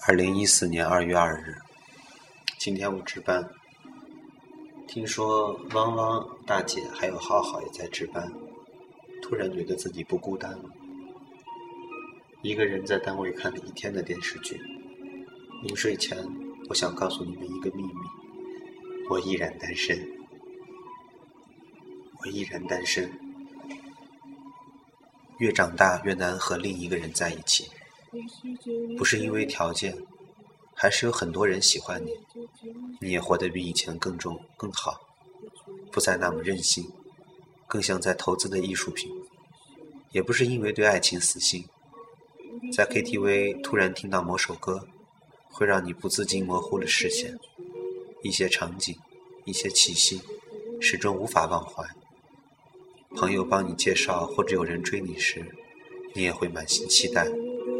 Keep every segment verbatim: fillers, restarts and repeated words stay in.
二零一四年二月二日，今天我值班，听说汪汪大姐还有浩浩也在值班，突然觉得自己不孤单了。一个人在单位看了一天的电视剧，临睡前我想告诉你们一个秘密，我依然单身，我依然单身。越长大越难和另一个人在一起，不是因为条件，还是有很多人喜欢你，你也活得比以前更重更好，不再那么任性，更像在投资的艺术品。也不是因为对爱情死心，在 K T V 突然听到某首歌，会让你不自禁模糊了视线，一些场景，一些气息，始终无法忘怀。朋友帮你介绍或者有人追你时，你也会满心期待。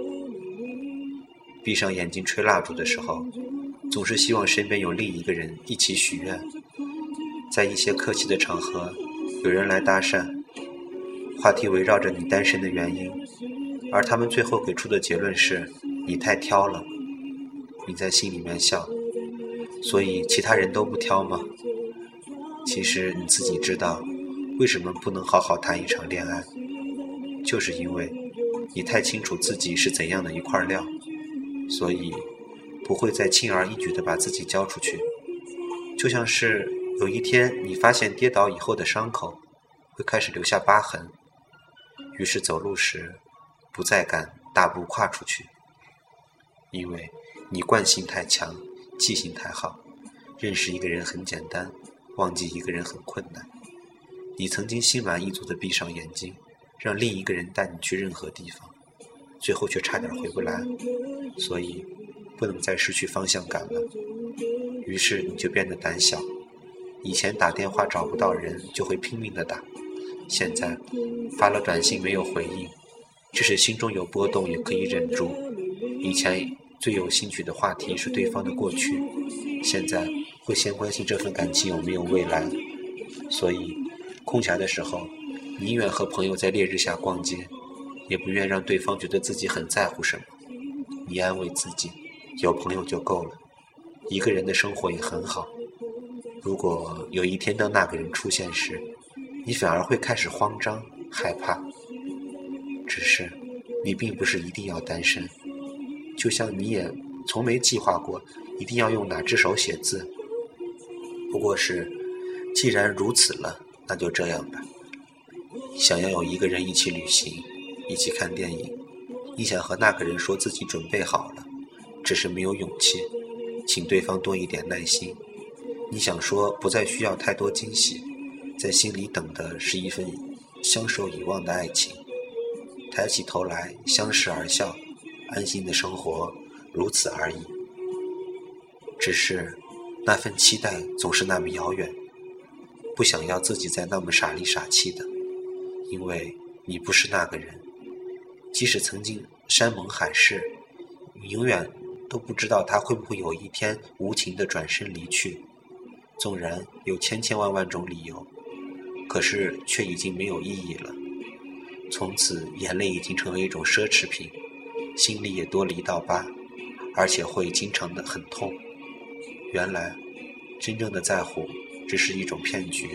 闭上眼睛吹蜡烛的时候，总是希望身边有另一个人一起许愿。在一些客气的场合，有人来搭讪，话题围绕着你单身的原因，而他们最后给出的结论是你太挑了。你在心里面笑，所以其他人都不挑吗？其实你自己知道为什么不能好好谈一场恋爱，就是因为你太清楚自己是怎样的一块料，所以不会再轻而易举地把自己交出去。就像是有一天你发现跌倒以后的伤口会开始留下疤痕，于是走路时不再敢大步跨出去，因为你惯性太强，记性太好，认识一个人很简单，忘记一个人很困难。你曾经心满意足地闭上眼睛，让另一个人带你去任何地方，最后却差点回不来，所以不能再失去方向感了。于是你就变得胆小，以前打电话找不到人就会拼命地打，现在发了短信没有回应，即使心中有波动也可以忍住。以前最有兴趣的话题是对方的过去，现在会先关心这份感情有没有未来。所以空暇的时候，宁愿和朋友在烈日下逛街，也不愿让对方觉得自己很在乎什么。你安慰自己，有朋友就够了，一个人的生活也很好。如果有一天当那个人出现时，你反而会开始慌张害怕。只是你并不是一定要单身，就像你也从没计划过一定要用哪只手写字，不过是既然如此了，那就这样吧。想要有一个人一起旅行，一起看电影，你想和那个人说自己准备好了，只是没有勇气，请对方多一点耐心。你想说不再需要太多惊喜，在心里等的是一份相守以忘的爱情。抬起头来，相视而笑，安心的生活，如此而已。只是那份期待总是那么遥远，不想要自己再那么傻里傻气的，因为你不是那个人。即使曾经山盟海誓，你永远都不知道他会不会有一天无情地转身离去。纵然有千千万万种理由，可是却已经没有意义了。从此眼泪已经成为一种奢侈品，心里也多了一道疤，而且会经常的很痛。原来真正的在乎只是一种骗局。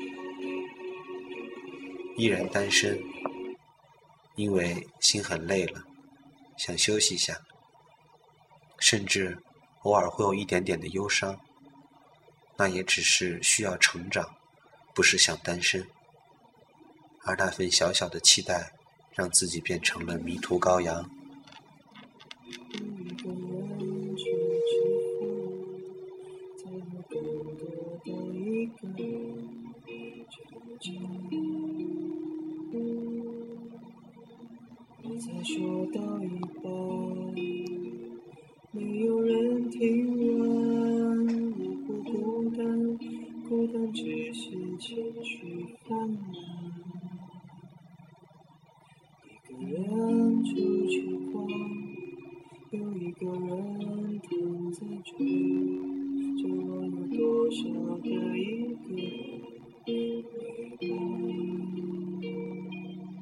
依然单身，因为心很累了，想休息一下，甚至偶尔会有一点点的忧伤，那也只是需要成长，不是想单身。而那份小小的期待，让自己变成了迷途羔羊。 你才说到一半，没有人听完。我不孤单，孤单只是情绪泛滥。一个人出去逛，有一个人躺在床，这我有多少的一个人陪伴。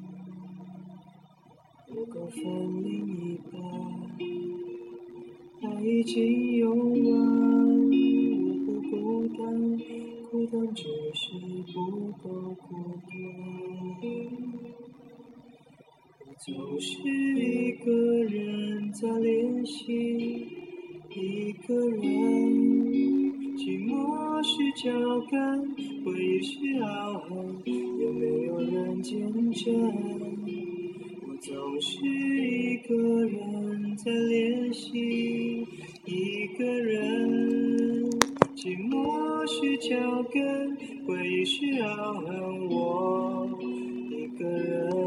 不够分另一半，爱已经用完，我不孤单，孤单只是不够孤单。我总是一个人在练习，一个人，寂寞是脚感，回忆是傲寒，也没有人见证。我总是一个人在练习，一个人，寂寞是脚跟，回忆是傲寒，我一个人。